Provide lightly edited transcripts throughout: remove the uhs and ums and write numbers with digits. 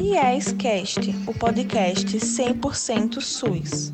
PIEScast, o podcast 100% SUS.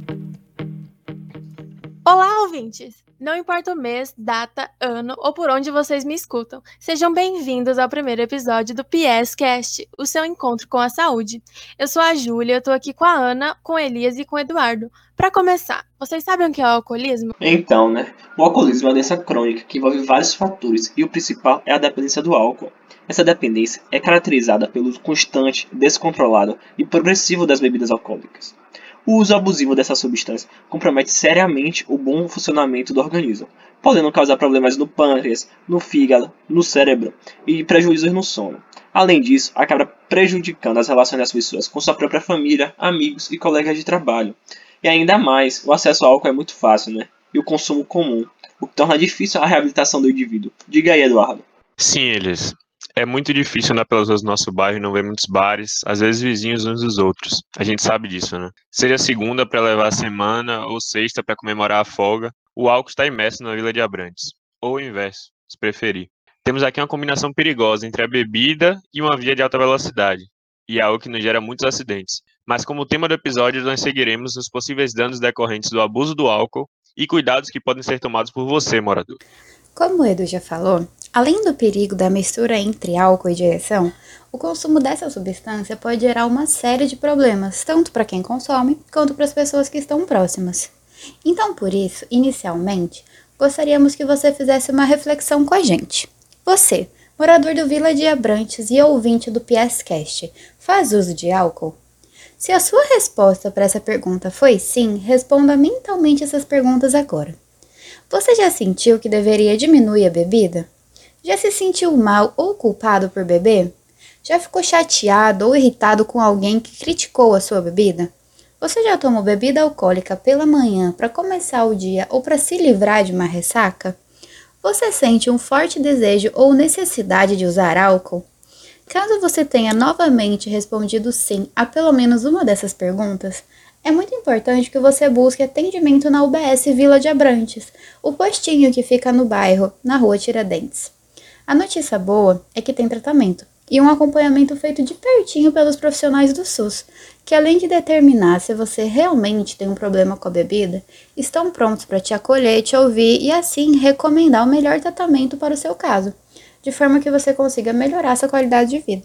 Olá, ouvintes! Não importa o mês, data, ano ou por onde vocês me escutam, sejam bem-vindos ao primeiro episódio do PIEScast, o seu encontro com a saúde. Eu sou a Júlia, eu tô aqui com a Ana, com a Elias e com o Eduardo. Para começar, vocês sabem o que é o alcoolismo? Então, o alcoolismo é uma doença crônica que envolve vários fatores e o principal é a dependência do álcool. Essa dependência é caracterizada pelo uso constante, descontrolado e progressivo das bebidas alcoólicas. O uso abusivo dessa substância compromete seriamente o bom funcionamento do organismo, podendo causar problemas no pâncreas, no fígado, no cérebro e prejuízos no sono. Além disso, acaba prejudicando as relações das pessoas com sua própria família, amigos e colegas de trabalho. E ainda mais, o acesso ao álcool é muito fácil, e o consumo comum, o que torna difícil a reabilitação do indivíduo. Diga aí, Eduardo. Sim, Elias. É muito difícil andar pelas ruas do nosso bairro e não ver muitos bares, às vezes vizinhos uns dos outros. A gente sabe disso, Seja segunda para levar a semana ou sexta para comemorar a folga, o álcool está imerso na Vila de Abrantes. Ou o inverso, se preferir. Temos aqui uma combinação perigosa entre a bebida e uma via de alta velocidade. E é algo que nos gera muitos acidentes. Mas como tema do episódio, nós seguiremos os possíveis danos decorrentes do abuso do álcool e cuidados que podem ser tomados por você, morador. Como o Edu já falou, além do perigo da mistura entre álcool e direção, o consumo dessa substância pode gerar uma série de problemas, tanto para quem consome, quanto para as pessoas que estão próximas. Então, por isso, inicialmente, gostaríamos que você fizesse uma reflexão com a gente. Você, morador do Vila de Abrantes e ouvinte do PIEScast, faz uso de álcool? Se a sua resposta para essa pergunta foi sim, responda mentalmente essas perguntas agora. Você já sentiu que deveria diminuir a bebida? Já se sentiu mal ou culpado por beber? Já ficou chateado ou irritado com alguém que criticou a sua bebida? Você já tomou bebida alcoólica pela manhã para começar o dia ou para se livrar de uma ressaca? Você sente um forte desejo ou necessidade de usar álcool? Caso você tenha novamente respondido sim a pelo menos uma dessas perguntas, é muito importante que você busque atendimento na UBS Vila de Abrantes, o postinho que fica no bairro, na rua Tiradentes. A notícia boa é que tem tratamento e um acompanhamento feito de pertinho pelos profissionais do SUS, que além de determinar se você realmente tem um problema com a bebida, estão prontos para te acolher, te ouvir e assim recomendar o melhor tratamento para o seu caso, de forma que você consiga melhorar sua qualidade de vida.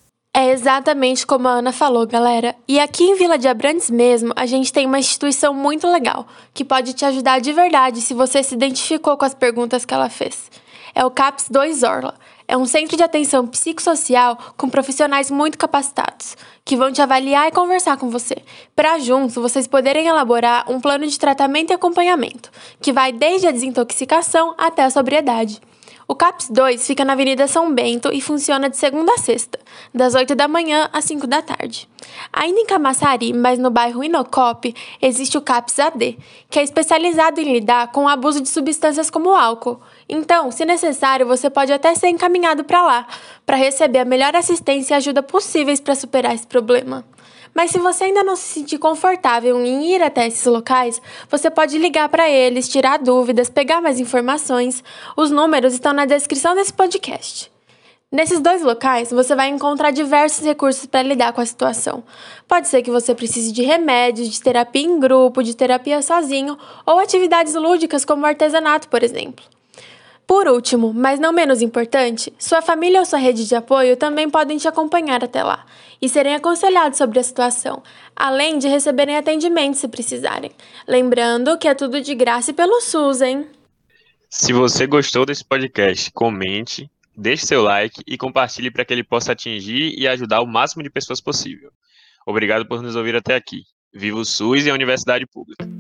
É exatamente como a Ana falou, galera. E aqui em Vila de Abrantes mesmo, a gente tem uma instituição muito legal, que pode te ajudar de verdade se você se identificou com as perguntas que ela fez. É o CAPS 2 Orla. É um centro de atenção psicossocial com profissionais muito capacitados, que vão te avaliar e conversar com você, para juntos vocês poderem elaborar um plano de tratamento e acompanhamento, que vai desde a desintoxicação até a sobriedade. O CAPS 2 fica na Avenida São Bento e funciona de segunda a sexta, das 8 da manhã às 5 da tarde. Ainda em Camaçari, mas no bairro Inocop, existe o CAPS AD, que é especializado em lidar com o abuso de substâncias como o álcool. Então, se necessário, você pode até ser encaminhado para lá, para receber a melhor assistência e ajuda possíveis para superar esse problema. Mas se você ainda não se sentir confortável em ir até esses locais, você pode ligar para eles, tirar dúvidas, pegar mais informações. Os números estão na descrição desse podcast. Nesses 2 locais, você vai encontrar diversos recursos para lidar com a situação. Pode ser que você precise de remédios, de terapia em grupo, de terapia sozinho ou atividades lúdicas como artesanato, por exemplo. Por último, mas não menos importante, sua família ou sua rede de apoio também podem te acompanhar até lá e serem aconselhados sobre a situação, além de receberem atendimento se precisarem. Lembrando que é tudo de graça e pelo SUS, hein? Se você gostou desse podcast, comente, deixe seu like e compartilhe para que ele possa atingir e ajudar o máximo de pessoas possível. Obrigado por nos ouvir até aqui. Viva o SUS e a Universidade Pública!